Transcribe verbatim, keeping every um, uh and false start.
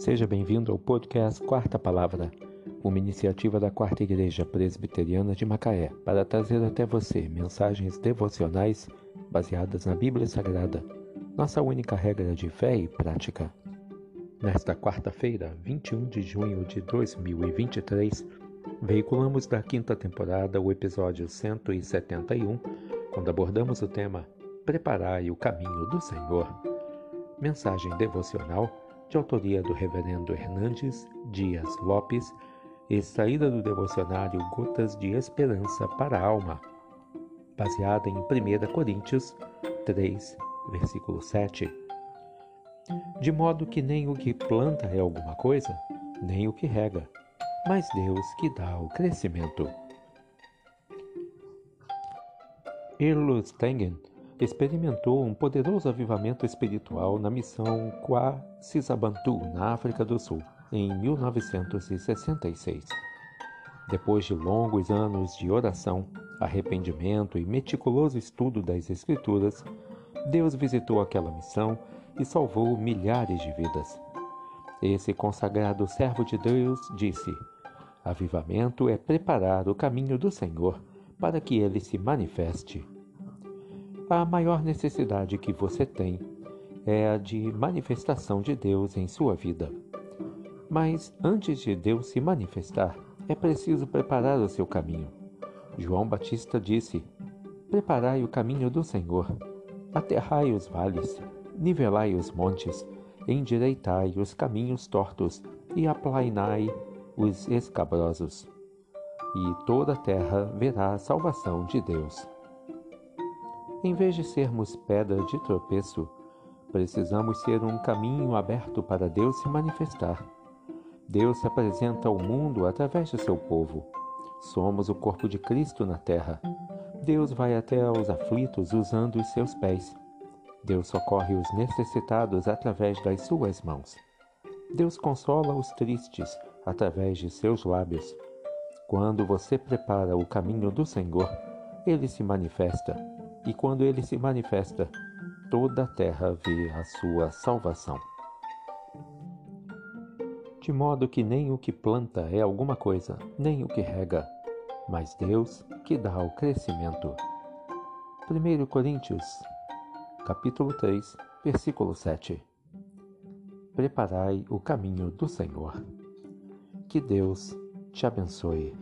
Seja bem-vindo ao podcast Quarta Palavra, uma iniciativa da Quarta Igreja Presbiteriana de Macaé, para trazer até você mensagens devocionais baseadas na Bíblia Sagrada, nossa única regra de fé e prática. Nesta quarta-feira, vinte e um de junho de dois mil e vinte e três, veiculamos da quinta temporada o episódio cento e setenta e um, quando abordamos o tema Preparai o caminho do Senhor. Mensagem devocional de autoria do reverendo Hernandes Dias Lopes, extraída do devocionário Gotas de Esperança para a Alma, baseada em primeira Coríntios três, versículo sete. De modo que nem o que planta é alguma coisa, nem o que rega, mas Deus que dá o crescimento. Erlo Stengen experimentou um poderoso avivamento espiritual na missão Kwasizabantu, na África do Sul, em mil novecentos e sessenta e seis. Depois de longos anos de oração, arrependimento e meticuloso estudo das Escrituras, Deus visitou aquela missão e salvou milhares de vidas. Esse consagrado servo de Deus disse: avivamento é preparar o caminho do Senhor para que ele se manifeste. A maior necessidade que você tem é a de manifestação de Deus em sua vida. Mas antes de Deus se manifestar, é preciso preparar o seu caminho. João Batista disse: preparai o caminho do Senhor, aterrai os vales, nivelai os montes, endireitai os caminhos tortos e aplainai os escabrosos. E toda a terra verá a salvação de Deus. Em vez de sermos pedra de tropeço, precisamos ser um caminho aberto para Deus se manifestar. Deus se apresenta ao mundo através do seu povo. Somos o corpo de Cristo na terra. Deus vai até aos aflitos usando os seus pés. Deus socorre os necessitados através das suas mãos. Deus consola os tristes através de seus lábios. Quando você prepara o caminho do Senhor, Ele se manifesta. E quando Ele se manifesta, toda a terra vê a sua salvação. De modo que nem o que planta é alguma coisa, nem o que rega, mas Deus que dá o crescimento. primeira Coríntios, capítulo três, versículo sete. Preparai o caminho do Senhor. Que Deus te abençoe.